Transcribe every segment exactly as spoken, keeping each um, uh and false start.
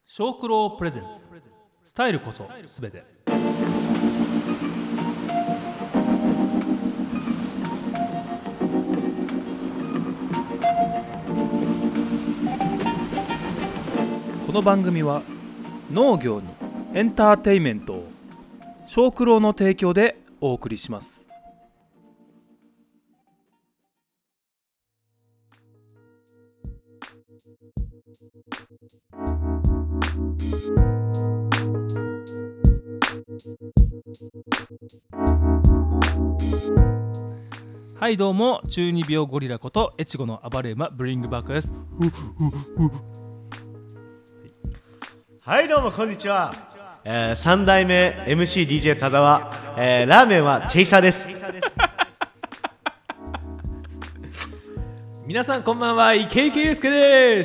小九郎プレゼンツスタイルこそすべて。この番組は農業にエンターテイメントを小九郎の提供でお送りします。はい、どうも中二病ゴリラこと越後の暴れ馬ブリングバックです。 はい、どうもこんにちは、えー、さん代目 エムシーディージェー 田沢、えー、ラーメンはチェイサーです。 皆さんこんばんは、池池祐介です。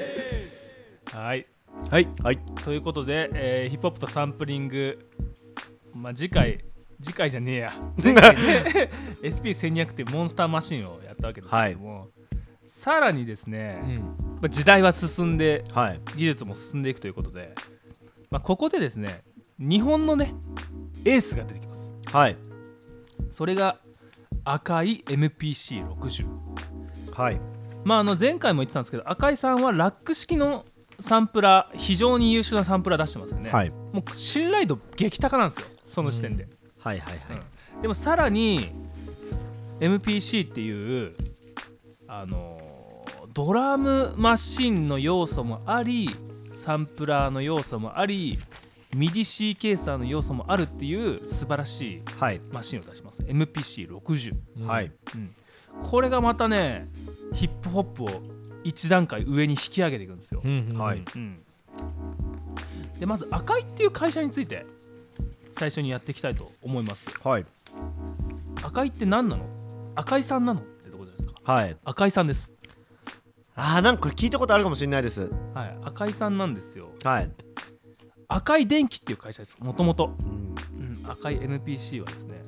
はいはい、はい、 ということで、えー、ヒップホップとサンプリング、まあ、次回次回じゃねえや前回ねエスピーせんにひゃく っていうモンスターマシンをやったわけですけども、はい、さらにですね、うんまあ、時代は進んで、はい、技術も進んでいくということで、まあ、ここでですね日本のねエースが出てきます。はい。それが赤い エムピーシーろくじゅう。はい。まああの前回も言ってたんですけど、赤井さんはラック式のサンプラー、非常に優秀なサンプラー出してますよね。はい。もう信頼度激高なんですよ、その時点で。うん、はいはいはい。うん、でもさらに エムピーシー っていうあのー、ドラムマシンの要素もあり、サンプラーの要素もあり、ミディ C ケーサーの要素もあるっていう素晴らしいマシンを出します。はい、エムピーシーろくじゅう。はい。うん、これがまたねヒップホップを一段階上に引き上げていくんですよ。はい。うん、でまず赤井っていう会社について最初にやっていきたいと思います。はい。赤井って何なの？赤井さんなのってところですか？はい。赤井さんです。 あー、なんかこれ聞いたことあるかもしれないです。 はい、赤井さんなんですよ。はい。赤井電機っていう会社です、もともと。赤井 エムピーシー はですね、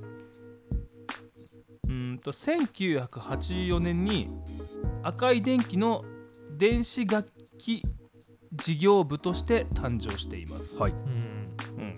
うんとせんきゅうひゃくはちじゅうよねんに赤井電機の電子楽器事業部として誕生しています。はい。うんうん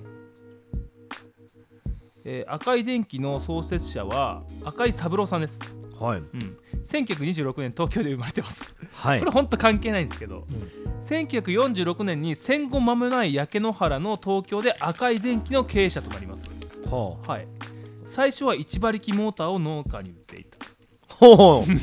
えー、赤井電機の創設者は赤井三郎さんです。はい。うん、せんきゅうひゃくにじゅうろくねん東京で生まれてます。はい。これ本当関係ないんですけど、うん、せんきゅうひゃくよんじゅうろくねんに戦後間もない焼け野原の東京で赤井電機の経営者となります。はあ、はい。最初はいち馬力モーターを農家に売っていた。ほう、うん、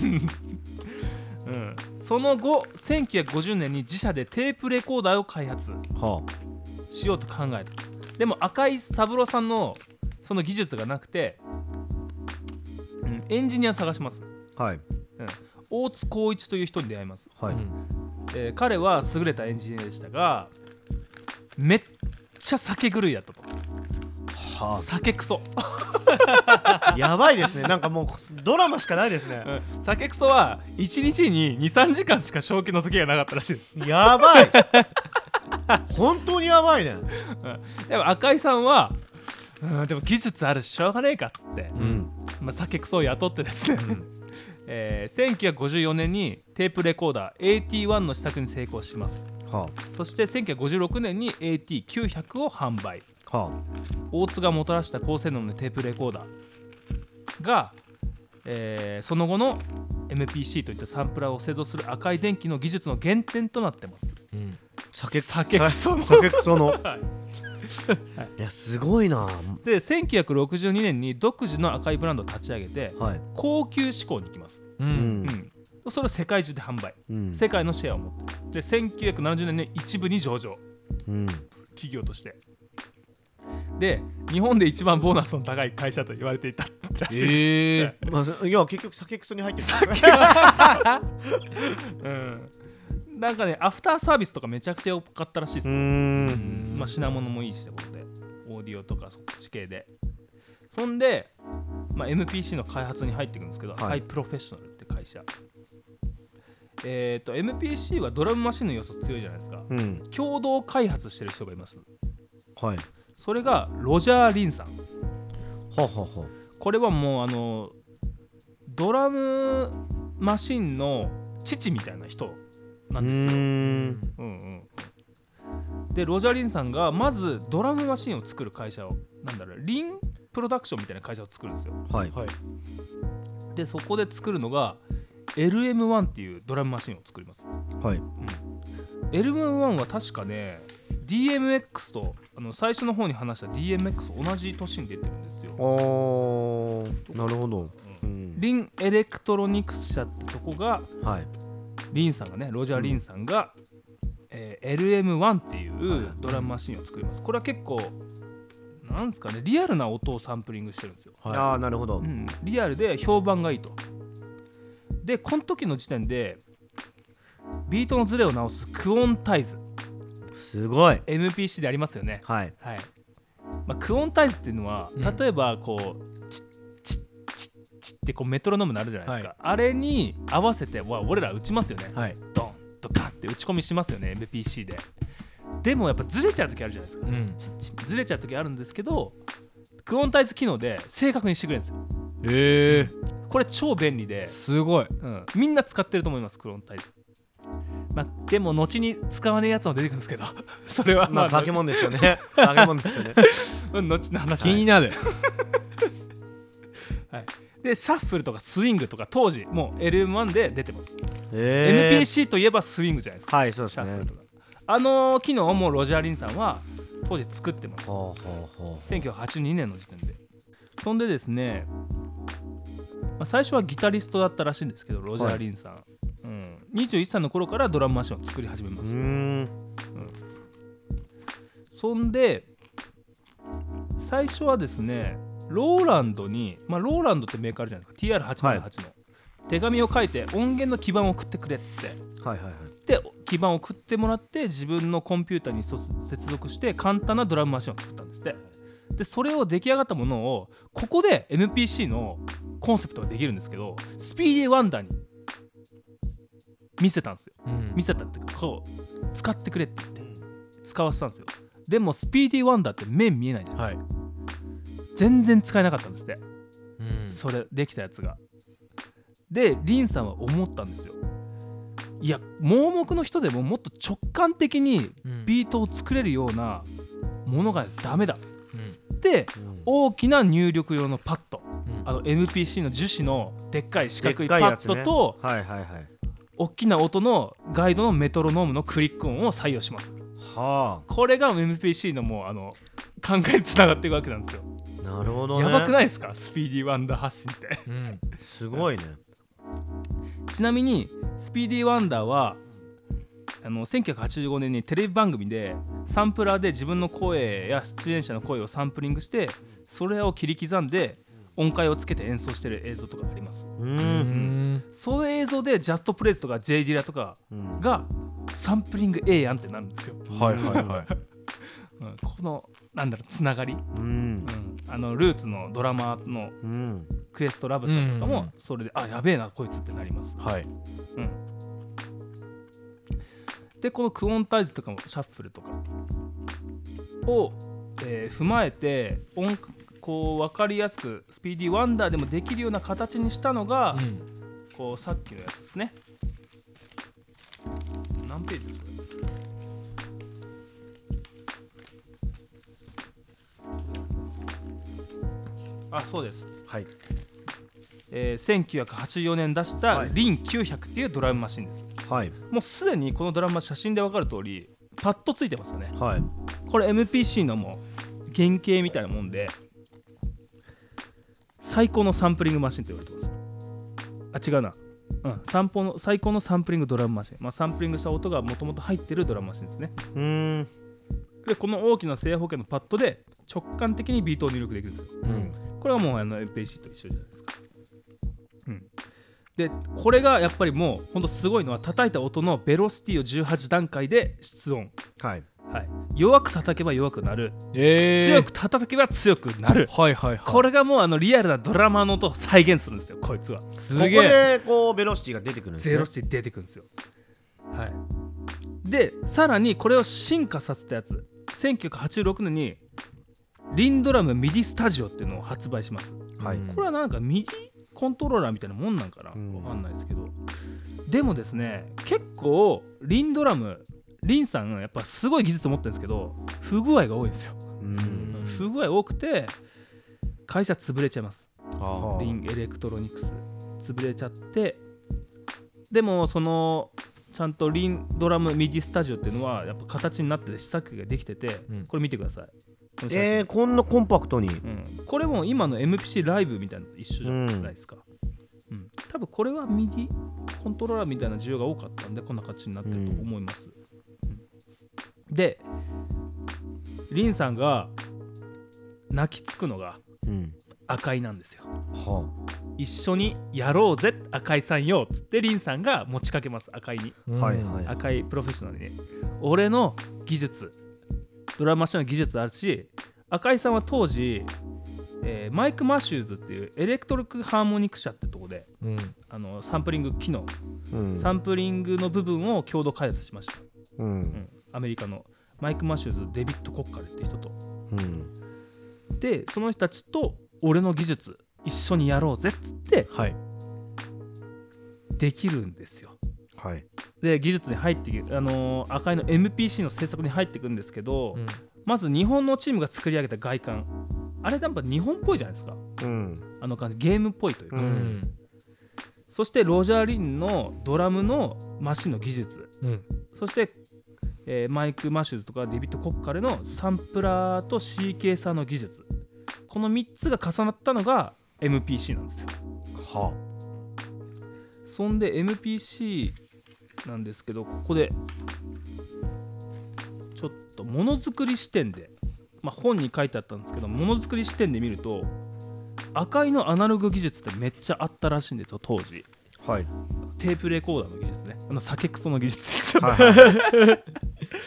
その後せんきゅうひゃくごじゅうねんに自社でテープレコーダーを開発しようと考えた。でも赤井三郎さんのその技術がなくて、うん、エンジニアを探します。はい。うん、大津光一という人に出会います。はい。えー、彼は優れたエンジニアでしたがめっちゃ酒狂いだったと。はあ、酒クソやばいですね。なんかもうドラマしかないですね。 うん、酒クソはいちにちに にさんじかんしか正気の時がなかったらしいです。 やばい本当にやばいね。 うん、でも赤井さんは、うん、でも技術あるししょうがねえかっつって、うんまあ、酒クソを雇ってですね、うんえー、せんきゅうひゃくごじゅうよねんにテープレコーダー エーティーワン の試作に成功します。はあ、そしてせんきゅうひゃくごじゅうろくねんに エーティーきゅうひゃく を販売。はあ、大津がもたらした高性能のテープレコーダーが、えー、その後の エムピーシー といったサンプラーを製造する赤井電機の技術の原点となってます。うん、 酒クソの酒クソのはい、いやすごいな。 でせんきゅうひゃくろくじゅうにねんに独自の赤いブランドを立ち上げて、はい、高級志向に行きます。うんうんうん、それを世界中で販売、うん、世界のシェアを持ってでせんきゅうひゃくななじゅうねんに一部に上場、うん、企業としてで日本で一番ボーナスの高い会社と言われていたらしいです。えーまあ、いや結局酒クソに入ってるうん、なんかねアフターサービスとかめちゃくちゃ良かったらしいです。うーん、まあ、品物もいいしってことでオーディオとかそっち系でそんで、まあ、エムピーシー の開発に入っていくんですけど、はい、ハイプロフェッショナルって会社、えー、と エムピーシー はドラムマシンの要素強いじゃないですか、うん、共同開発してる人がいます。はい。それがロジャー・リンさん。ははは。これはもうあのドラムマシンの父みたいな人なんですよ。うーん、うんうん、 でロジャー・リンさんがまずドラムマシンを作る会社をなんだろうリンプロダクションみたいな会社を作るんですよ。 はいはい。 でそこで作るのが エルエムワン っていうドラムマシンを作ります。 はい。 うん、エルエムワン は確かね ディーエムエックス とあの最初の方に話した ディーエムエックス 同じ年に出てるんですよ。 おー、なるほど。 うんうん、 リンエレクトロニクス社ってとこが、 はい、 リンさんがねロジャー・リンさんが、うんえー、エルエムワン っていうドラムマシンを作ります。これは結構なんですかねリアルな音をサンプリングしてるんですよ。 はい、ああなるほど、 うん、リアルで評判がいいと。でこの時の時点でビートのズレを直すクオンタイズすごいエムピーシー でありますよね。 はい、 はいまあ、クオンタイズっていうのは、うん、例えばこうチッチッチッチッってこうメトロノームになるじゃないですか、はい、あれに合わせてわ俺ら打ちますよね、はい、ドンドカンって打ち込みしますよね エムピーシー で。でもやっぱずれちゃう時あるじゃないですか、うん、チッチッずれちゃう時あるんですけどクオンタイズ機能で正確にしてくれるんですよ。 へーこれ超便利ですごい、 うん、みんな使ってると思いますクオンタイズ。まあ、でも後に使わねえやつも出てくるんですけどそれはまあ化け物ですよね化け物ですよね後の話気になるはい、でシャッフルとかスイングとか当時もう エルエムワン で出てます、 えー、 エムピーシー といえばスイングじゃないですか。 はいそうですね。 シャッフルとかあの機能もロジャー・リンさんは当時作ってます。 ほうほうほうせんきゅうひゃくはちじゅうにねんの時点で。そんでですね、まあ、最初はギタリストだったらしいんですけどロジャー・リンさん、はいうん、にじゅういっさいの頃からドラムマシンを作り始めます。 うーん、うん、 そんで最初はですねローランドに、まあ、ローランドってメーカーあるじゃないですか ティーアールはちまるはち の、はい、手紙を書いて音源の基盤を送ってくれっつって、 はいはいはい、 で基盤を送ってもらって自分のコンピューターに接続して簡単なドラムマシンを作ったんですって。でそれを出来上がったものをここで エムピーシー のコンセプトができるんですけどスピーディーワンダーに見せたんですよ、うん、見せたっていうかこう使ってくれって言って使わせたんですよ。でもスピーディーワンダーって面見えないじゃないですか、はい、全然使えなかったんですって、うん、それできたやつが。でリンさんは思ったんですよ。いや盲目の人でももっと直感的にビートを作れるようなものがダメだ、うん、つって、うん、大きな入力用のパッド、うん、あの エムピーシー の樹脂のでっかい四角いパッドと、 ね、はいはいはい、 大きな音のガイドのメトロノームのクリック音を採用します。 はあ、 これが エムピーシー のもうあの考えにつながっていくわけなんですよ。 なるほどね。 やばくないですかスピーディーワンダー発信って、 うん、すごいね。 ちなみにスピーディーワンダーはあのせんきゅうひゃくはちじゅうごねんにテレビ番組でサンプラーで自分の声や出演者の声をサンプリングしてそれを切り刻んで音階をつけて演奏してる映像とかあります。 うーん、 その映像でジャストプレイズとか J ディラとかがサンプリングええやんってなるんですよ。 はいはいはい、 うん、このなんだろうつながり、 うんうん、 あのルーツのドラマーのクエストラブさんとかもそれで、うん、あやべえなこいつってなります。 はい、 うん、でこのクオンタイズとかもシャッフルとかを、えー、踏まえて音こう分かりやすくスピーディーワンダーでもできるような形にしたのが、うん、こうさっきのやつですね。何ページですか？あ、そうです、 はい、 えー、せんきゅうひゃくはちじゅうよねん出したリンきゅうひゃくっていうドラムマシンです、 はい、 もうすでにこのドラムは写真で分かる通りパッドついてますよね、 はい、 これ エムピーシー のもう原型みたいなもんで最高のサンプリングマシンって言われてます。あ、違うな、うん、散歩の最高のサンプリングドラムマシン、まあ、サンプリングした音がもともと入ってるドラムマシンですね。 うーん、 でこの大きな正方形のパッドで直感的にビートを入力できるんですよ、うん、これはもうあの エムピーシー と一緒じゃないですか、うん、でこれがやっぱりもうほんとすごいのは叩いた音のベロシティをじゅうはちだんかいで室音、 はいはい、弱く叩けば弱くなる、 えー、 強く叩けば強くなる、 はいはいはい、 これがもうあのリアルなドラマーの音を再現するんですよこいつは。 すげえ、ここでこうベロシティが出てくるんですね。 ベロシティ出てくるんですよ、はい、でさらにこれを進化させたやつせんきゅうひゃくはちじゅうろくねんにリンドラムミディスタジオっていうのを発売します、 はい、 これはなんかミディコントローラーみたいなもんなんかな、 うん、 わかんないですけど、でもですね結構リンドラムリンさんやっぱすごい技術持ってるんですけど不具合が多いんですよ。 うん不具合多くて会社潰れちゃいます。 あリンエレクトロニクス潰れちゃって、でもそのちゃんとリンドラムミディスタジオっていうのはやっぱ形になってて試作機ができてて、うん、これ見てください。この写真えー、こんなコンパクトに、うん、 これも今の エムピーシー ライブみたいなのと一緒じゃないですか、うんうん、多分これはミディコントローラーみたいな需要が多かったんでこんな形になってると思います、うんうん、でリンさんが泣きつくのが赤井なんですよ、はあ、一緒にやろうぜ赤井さんよっつってリンさんが持ちかけます赤井に、はいはい、赤井プロフェッショナルに俺の技術ドラムマシンの技術あるし、赤井さんは当時、えー、マイク・マシューズっていうエレクトリックハーモニク社ってとこで、うん、あのサンプリング機能、うん、サンプリングの部分を共同開発しました、うんうん、アメリカのマイク・マシューズデビッド・コッカルって人と、うん、でその人たちと俺の技術一緒にやろうぜっつって、はい、できるんですよ、はい、で技術に入っていく、あのー、赤いの エムピーシー の制作に入っていくんですけど、うん、まず日本のチームが作り上げた外観あれやっぱ日本っぽいじゃないですか、うん、あの感じゲームっぽいというか、うん、そしてロジャー・リンのドラムのマシンの技術、うん、そして、えー、マイク・マシューズとかデビッド・コッカレのサンプラーと シーケーサーの技術、このみっつが重なったのが エムピーシー なんですよ、はあ、そんで エムピーシー なんですけど、ここでちょっとものづくり視点で、まあ、本に書いてあったんですけど、ものづくり視点で見ると赤井のアナログ技術ってめっちゃあったらしいんですよ当時、はい、テープレコーダーの技術ね、あの酒クソの技術ですよ、はいはい、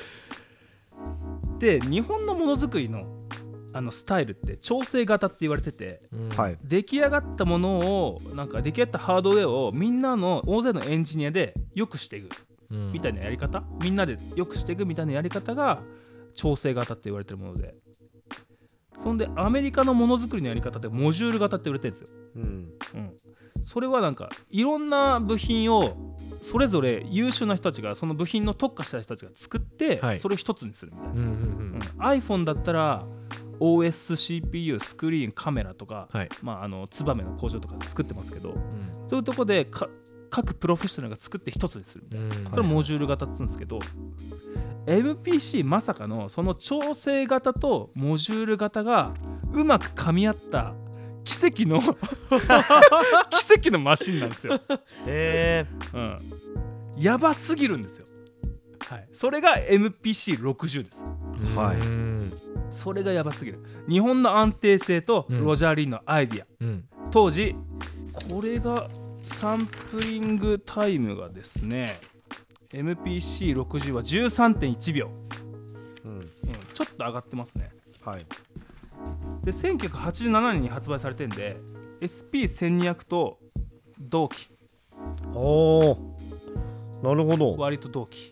で日本のものづくりのあのスタイルって調整型って言われてて、うん、出来上がったものをなんか出来上がったハードウェアをみんなの大勢のエンジニアで良くしていくみたいなやり方、うん、みんなで良くしていくみたいなやり方が調整型って言われてるもので、そんでアメリカのものづくりのやり方ってモジュール型って言われてるんですよ、うんうん、それはなんかいろんな部品をそれぞれ優秀な人たちがその部品の特化した人たちが作って、はい、それを一つにするみたいな、うんうんうんうん、iPhone だったらオーエス、シーピーユー、スクリーン、カメラとか、はい、まあ、あのツバメの工場とか作ってますけど、うん、そういうとこでか各プロフェッショナルが作って一つにするみたいな、うん、それモジュール型って言うんですけど、はい、エムピーシー まさかのその調整型とモジュール型がうまく噛み合った奇跡の奇跡のマシンなんですよ。へー、うん、やばすぎるんですよ、はい、それが エムピーシーろくじゅう です、はい、それがやばすぎる。日本の安定性とロジャー・リンのアイディア、うん、当時これがサンプリングタイムがですね エムピーシーろくじゅう は じゅうさんてんいちびょう、うんうん、ちょっと上がってますね、はい、でせんきゅうひゃくはちじゅうななねんに発売されてんで エスピーせんにひゃく と同期。 おー、なるほど、 割と同期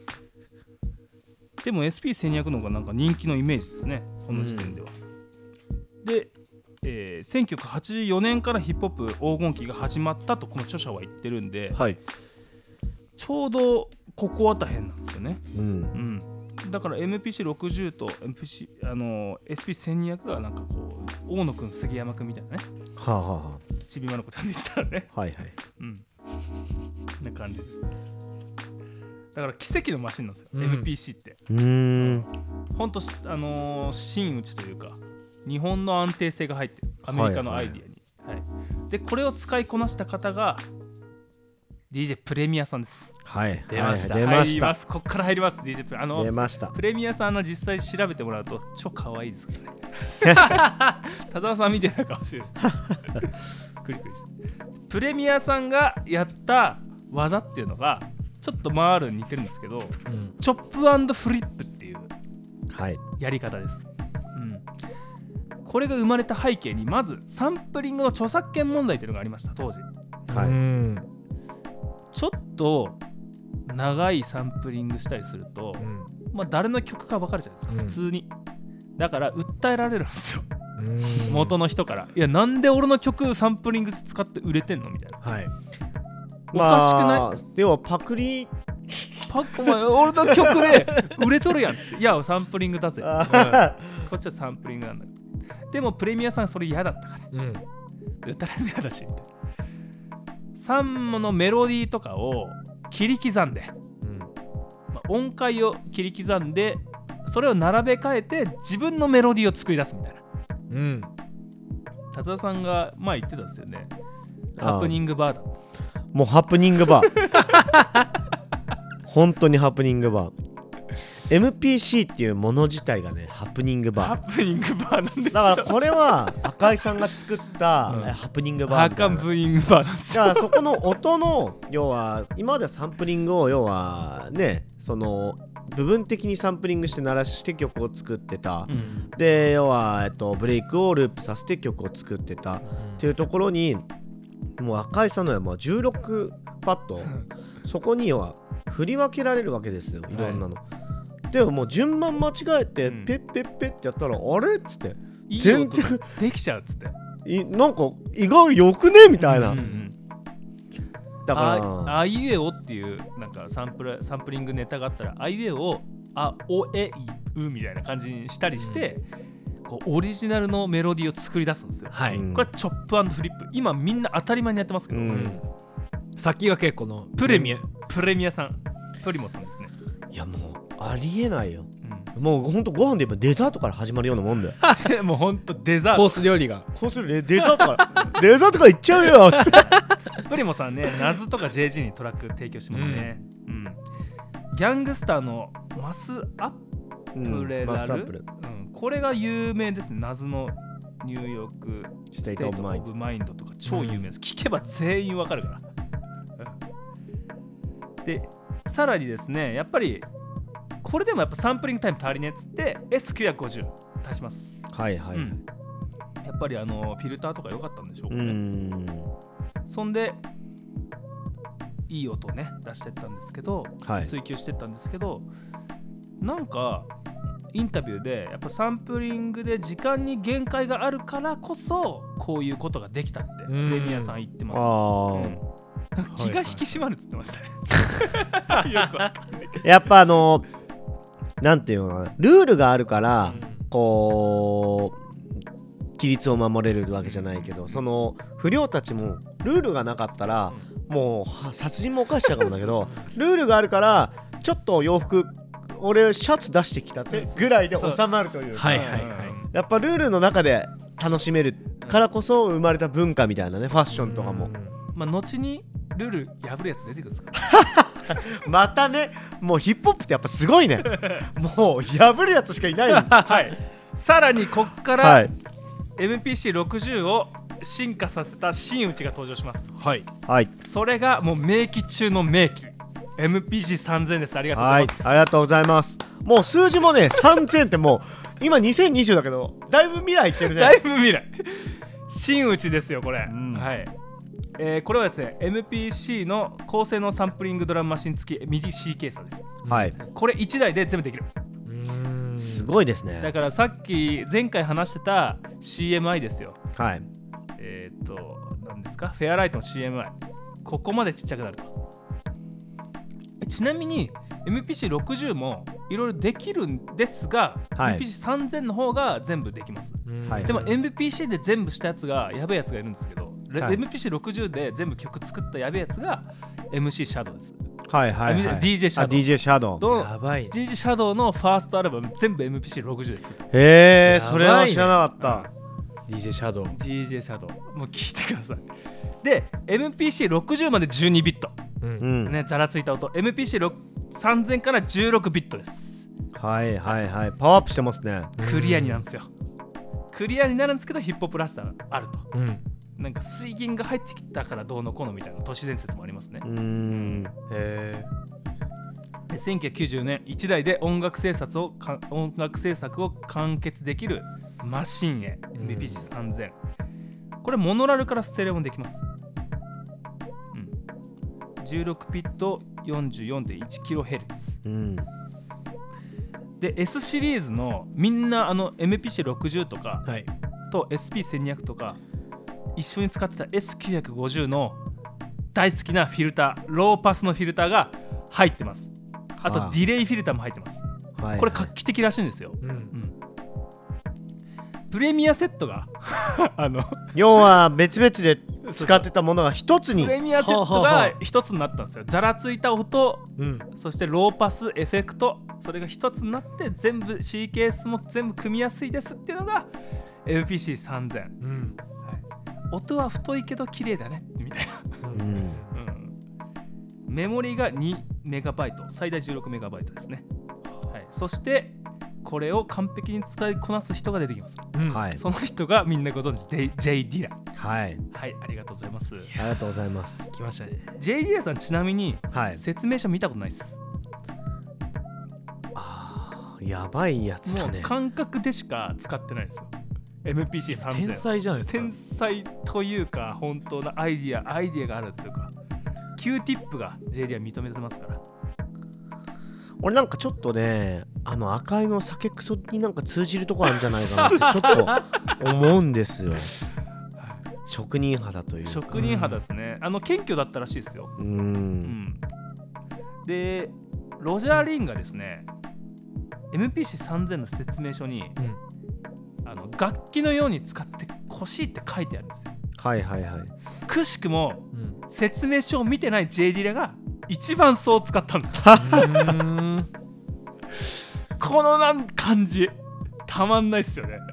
でも エスピーせんにひゃく の方がなんか人気のイメージですねこの時点では、うん、で、えー、せんきゅうひゃくはちじゅうよねんからヒップホップ黄金期が始まったとこの著者は言ってるんで、はい、ちょうどここあたへんなんですよね、うんうん、だから エムピーシーろくじゅう と エムピーシー、あのー、エスピーせんにひゃく がなんかこう大野くん杉山くんみたいなね、はあはあ、ちびまる子ちゃんで言ったらね、はいはい、うん、な感じです。だから奇跡のマシンなんですよ、うん、エムピーシー って。うーん、ほんと、あのー、真打ちというか日本の安定性が入ってるアメリカのアイディアに、はいはいはい、でこれを使いこなした方が ディージェー プレミアさんです。はい、出ました、はい、入ります。こっから入ります。 ディージェー プレあの出ました。プレミアさんの実際調べてもらうと超可愛いですけどね田沢さんみたいな顔してるクリクリしてプレミアさんがやった技っていうのがちょっと回るに似てるんですけど、うん、チョップ&フリップっていうやり方です、はい、うん、これが生まれた背景にまずサンプリングの著作権問題っていうのがありました当時、はい、うん、ちょっと長いサンプリングしたりすると、うん、まあ、誰の曲か分かるじゃないですか、うん、普通に。だから訴えられるんですよ元の人から。いや、なんで俺の曲サンプリング使って売れてんのみたいな、はい、おかしくない？ まあ、ではパクリパックお前俺の曲で売れとるやん。いやサンプリングだぜ、うん、こっちはサンプリングなんだ。でもプレミアさんそれ嫌だったから、うん、歌れんの嫌だしみたいな。サンのメロディーとかを切り刻んで、うんまあ、音階を切り刻んでそれを並べ替えて自分のメロディーを作り出すみたいな。うん。田田さんが前言ってたんですよね。ハプニングバーだ。 もうハプニングバー。本当にハプニングバー。エムピーシー っていうもの自体がねハプニングバー。 ハプニングバーなんですよ。 だからこれは赤井さんが作った、うん、ハプニングバー。 ハプニングバーなんですよ。 だからそこの音の要は今まではサンプリングを要はねその部分的にサンプリングして鳴らして曲を作ってた、うん、で要は、えっと、ブレイクをループさせて曲を作ってた、うん、っていうところにもう赤井さんのはもうじゅうろくパッド、うん、そこには振り分けられるわけですよいろんなの、はい、でももう順番間違えて、うん、ペッペッペッってやったらあれっつっていい全然できちゃうっつっていなんか意外よくねみたいな、うんうんうんだからあいうえおっていうなんかサンプルサンプリングネタがあったらあいうえおあおえいうみたいな感じにしたりして、うん、こうオリジナルのメロディーを作り出すんですよ、はい、これはチョップ&フリップ今みんな当たり前にやってますけど、うん、 先が結構のプレミア、うん、 プレミアさんトリモさんですね。 いやもうありえないよ、うん、もうほんとご飯で言えばデザートから始まるようなもんだよもうほんとデザートコース料理がコース料理デザートからデザートからいっちゃうよプリモさんねナズとか ジェージー にトラック提供してますね、うんうん、ギャングスターのマスアップレラル、うんうん、これが有名ですね。ナズのニューヨークステートオブマインドとか超有名です、うん、聞けば全員わかるから、うん、でさらにですねやっぱりこれでもやっぱサンプリングタイム足りねえっつって エスきゅうひゃくごじゅう 足します。 はいはい、うん、 やっぱりあのフィルターとか良かったんでしょうかね。うーんそんでいい音をね出してったんですけど、はい、追求してったんですけどなんかインタビューでやっぱサンプリングで時間に限界があるからこそこういうことができたってプレミアさん言ってます。あ、うん、気が引き締まるっつってましたね、はいはい、よくわかんないけどやっぱあのなんていうのルールがあるから、うん、こう規律を守れるわけじゃないけどその不良たちもルールがなかったら、うん、もう殺人も犯しちゃうかもだけどルールがあるからちょっと洋服俺シャツ出してきたぜぐらいで収まるというか、はいはいはい、やっぱルールの中で楽しめるからこそ生まれた文化みたいなねファッションとかも、 まあ、後にルール破るやつ出てくるんですかまたねもうヒップホップってやっぱすごいねもう破るやつしかいない、 はい、さらにこっから、はい、エムピーシーろくじゅう を進化させた真打ちが登場します。はい、はい、それがもう名機中の名機 エムピーシーさんぜん です。ありがとうございます。 はい、ありがとうございます。もう数字もねさんぜんってもう今にせんにじゅうだけどだいぶ未来いってるねだいぶ未来真打ちですよこれ、うん、はい、えー、これはですね エムピーシー の高性能サンプリングドラムマシン付きミディ シー ケースです。はい、これいちだいで全部できる。 うーんすごいですね。 だからさっき前回話してた シーエムアイ ですよ。はい、えー、っと何ですかフェアライトの シーエムアイ ここまでちっちゃくなると。ちなみに エムピーシーろくじゅう もいろいろできるんですが、はい、エムピーシーさんぜん の方が全部できます、はい、でも エムピーシー で全部したやつがやべえやつがいるんですけど、はい、エムピーシーろくじゅう で全部曲作ったやべえやつが エムシー シャドウです。はいはいはい、ディージェー シャドウ。 ディージェー シャドウ。 やばい。ディージェー シャドウのファーストアルバム全部 エムピーシーろくじゅう で作った。 へえ、それは知らなかった。 うん、ディージェー シャドウ。 ディージェー シャドウ。もう聞いてください。で エムピーシーろくじゅう までじゅうにビット、うんね、ざらついた音 エムピーシーさんぜん からじゅうろくビットです。 はいはいはい、パワーアップしてますね。 クリアになんですよ。クリアになるんですけどヒップホップラスターがあると、うん、なんか水銀が入ってきたからどうのこうのみたいな都市伝説もありますね。うーん、へー。せんきゅうひゃくきゅうじゅうねんいちだいで音楽制作を音楽制作を完結できるマシンへ エムピーシーさんぜん、これモノラルからステレオもできます、うん、じゅうろくビット よんじゅうよんてんいちキロヘルツ、うん、で S シリーズのみんなあの エムピーシーろくじゅう とか、はい、と エスピーせんにひゃく とか一緒に使ってた エスきゅうひゃくごじゅう の大好きなフィルターローパスのフィルターが入ってます。あとディレイフィルターも入ってます、はいはい、これ画期的らしいんですよ、うんうん、プレミアセットがあの要は別々で使ってたものが一つにプレミアセットが一つになったんですよ。ざらついた音、うん、そしてローパスエフェクト、それが一つになって全部 シーケーエス も全部組みやすいですっていうのが エムピーシーさんぜん、うんはい、音は太いけど綺麗だねみたいな、うんうん、メモリがにメガバイト、最大じゅうろくメガバイトですね、はい、そしてこれを完璧に使いこなす人が出てきます、うんはい、その人がみんなご存知 J. ディラ、はい、はい、ありがとうございます。 ありがとうございます。 来ましたね。 J. ディラさんちなみに、はい、説明書見たことないです。 あーやばいやつだね。 もう感覚でしか使ってないんですよ エムピーシーさんぜん。 天才じゃないですか。 天才というか本当のアイディアアイディアがあるというか Q ティップが J. ディラ認めてますから。 俺なんかちょっとね、あの赤いの酒クソになんか通じるとこあるんじゃないかなってちょっと思うんですよ職人肌というか。 職人肌ですね、あの謙虚だったらしいですよ。うん、うん、でロジャー・リンがですね エムピーシーさんぜん の説明書に、うん、あの楽器のように使ってほしいって書いてあるんですよ。 はいはいはい。 くしくも、うん、説明書を見てない J ディラが一番そう使ったんですこのなん感じたまんないっすよね、はい、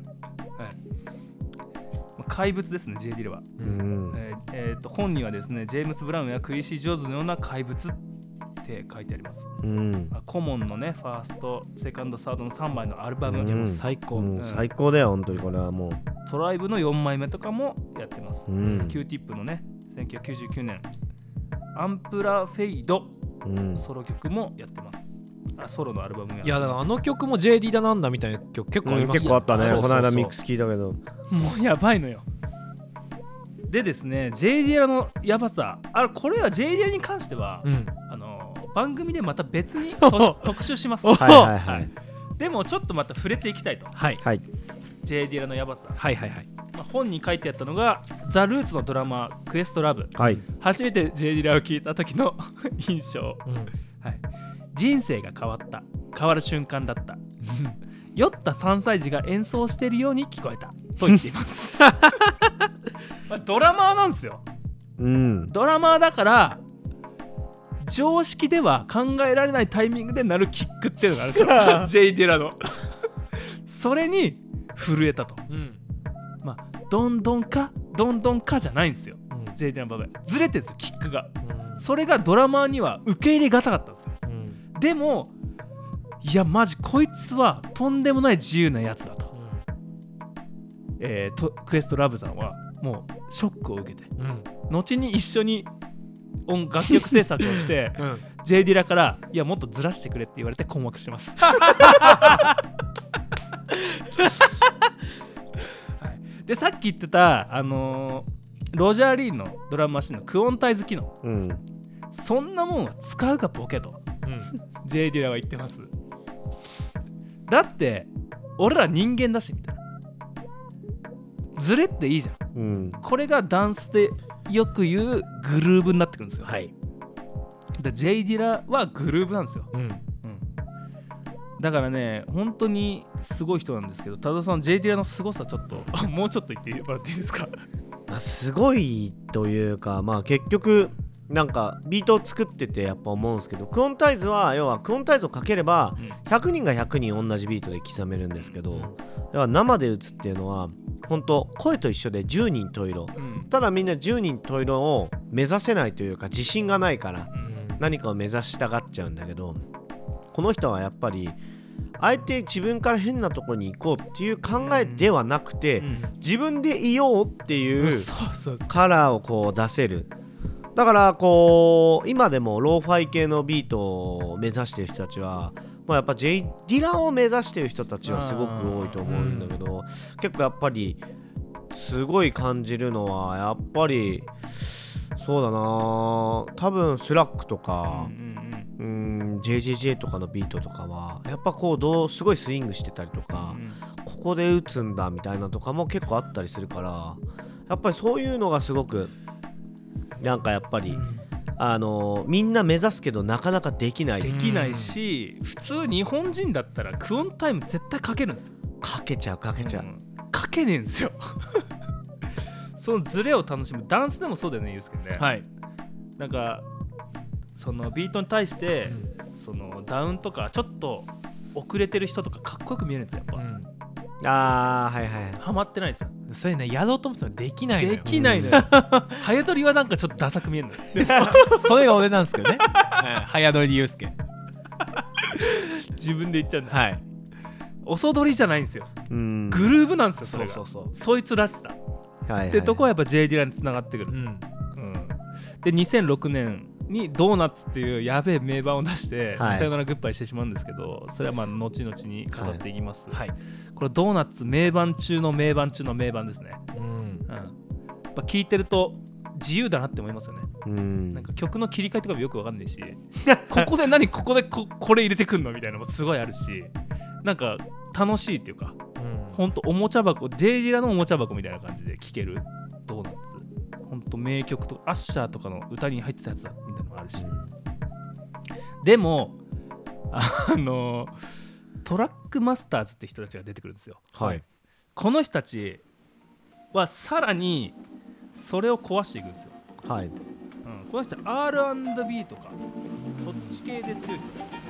怪物ですね J ディラは。うん、えーえー、と本にはですねジェームス・ブラウンやクイシー・ジョーズのような怪物って書いてあります、うん、コモンのねファーストセカンドサードのさんまいのアルバム、うん、もう最高、うん、最高だよ本当に。これはもうトライブのよんまいめとかもやってます、うん、Q ティップのねせんきゅうひゃくきゅうじゅうきゅうねんアンプラフェイド、うん、ソロ曲もやってます。あソロのアルバムや。 いやだからあの曲も ジェーディー だなんだみたいな曲結構あります、 うん、結構あったね。この間ミックス聞いたけどもうやばいのよ。でですね J ディラのやばさ、あこれは J ディラに関しては、うん、あの番組でまた別に特集しますはいはい、はい、でもちょっとまた触れていきたいと、はい、J ディラのやばさ、はいはいはい、まあ、本に書いてあったのがザ・ルーツのドラマークエストラブ、はい、初めて J ディラを聞いた時の印象、うんはい、人生が変わった変わる瞬間だった酔ったさんさい児が演奏しているように聞こえたと言っていますまあドラマーなんですよ、うん、ドラマーだから常識では考えられないタイミングで鳴るキックっていうのがあるんですよJ ディラのそれに震えたと、うん、まあどんどんかどんどんかじゃないんですよ、うん、J ディラの場合ずれてるんですよキックが、うん、それがドラマーには受け入れがたかったんですよ、うん、でもいやマジこいつはとんでもない自由なやつだと、うんえー、とクエストラブさんはもうショックを受けて、うん、後に一緒に音楽曲制作をして、うん、J ディラからいやもっとずらしてくれって言われて困惑してますでさっき言ってた、あのー、ロジャー・リーのドラムマシンのクオンタイズ機能、うん、そんなもんは使うかボケと、うん、J ディラは言ってます。だって俺ら人間だしみたいなずれっていいじゃん、うん、これがダンスでよく言うグルーブになってくるんですよ、はい、で J ディラはグルーブなんですよ、うんうん、だからね本当にすごい人なんですけど、多田さん J ディラのすごさちょっともうちょっと言ってもらっていいですかすごいというか、まあ結局なんかビートを作っててやっぱ思うんですけど、クオンタイズは要はクオンタイズをかければひゃくにんがひゃくにん同じビートで刻めるんですけど、要は生で打つっていうのは本当声と一緒でじゅうにん十色、うん、ただみんなじゅうにん十色を目指せないというか自信がないから何かを目指したがっちゃうんだけど、この人はやっぱりあえて自分から変なところに行こうっていう考えではなくて、うん、自分でいようっていうカラーをこう出せる。だからこう今でもローファイ系のビートを目指してる人たちは、まあ、やっぱ J ディラを目指してる人たちはすごく多いと思うんだけど、うん、結構やっぱりすごい感じるのはやっぱりそうだな、多分スラックとか、うんうん、うん ジェイジェイジェイ とかのビートとかはやっぱこうどうすごいスイングしてたりとか、うんうん、ここで打つんだみたいなとかも結構あったりするから、やっぱりそういうのがすごくなんかやっぱり、うん、 あのみんな目指すけどなかなかできないできないし、普通日本人だったらクオンタイム絶対かけるんですよ。 かけちゃうかけちゃう、うん、 かけねえんですよそのズレを楽しむ。ダンスでもそうだよね、ユースケね。 はい。 なんかそのビートに対して、うん、そのダウンとかちょっと遅れてる人とかかっこよく見えるんですよやっぱ、うん、 あーはいはい、 ハマってないですよ。 それね、やろうと思ってもできないのよ。 できないのよ早撮りはなんかちょっとダサく見えるのよそ, それが俺なんですけどね早撮りユースケ自分で言っちゃうんだ。 はい。 遅撮りじゃないんですよ、うん、グルーヴなんですよ。それがそうそうそう、そいつらしさ、はいはい、ってとこはやっぱ J ディラにつながってくる、うんうん、でにせんろくねんにドーナツっていうやべえ名盤を出して、はい、さよならグッバイしてしまうんですけど、それはまあ後々に語っていきます、はいはい、これドーナツ名盤中の名盤中の名盤ですね、うんうん、やっぱ聴いてると自由だなって思いますよね。うん、なんか曲の切り替えとかもよくわかんないしここで何ここで こ, これ入れてくんのみたいなのもすごいあるし、なんか楽しいっていうか、うん、ほんとおもちゃ箱、デイリラのおもちゃ箱みたいな感じで聴けるドーナツ、ほんと名曲とかアッシャーとかの歌に入ってたやつだみたいなのもあるし、うん、でもあのトラックマスターズって人たちが出てくるんですよ、はい、この人たちはさらにそれを壊していくんですよ、はい、うん、この人 アールアンドビー とかそっち系で強い人。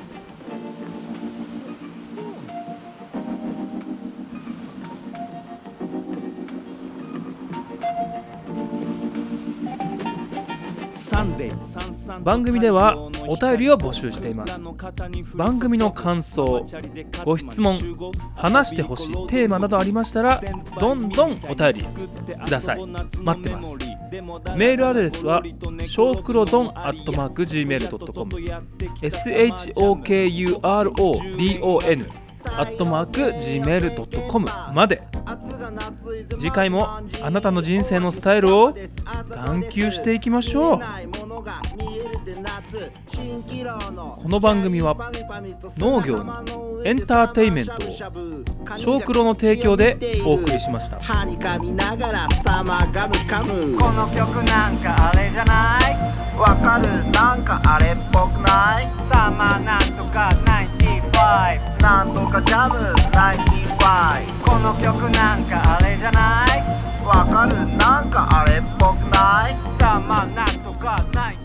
番組ではお便りを募集しています。番組の感想、ご質問、話してほしいテーマなどありましたらどんどんお便りください。待ってます。メールアドレスはショークロドンアットマーク ジーメールドットコム エスエイチオーケーユーアールオーディーオーエヌ アットマーク ジーメールドットコム まで。次回もあなたの人生のスタイルを探求していきましょう。この番組は農業にエンターテインメントを小黒の提供でお送りしました。この曲なんかあれじゃない？わかる？なんかあれっぽくない？サマーなんとかナインティファイブなんとかジャムナインティファイブ。この曲なんかあれじゃない？わかる？なんかあれっぽくない？サマーなんとかナイン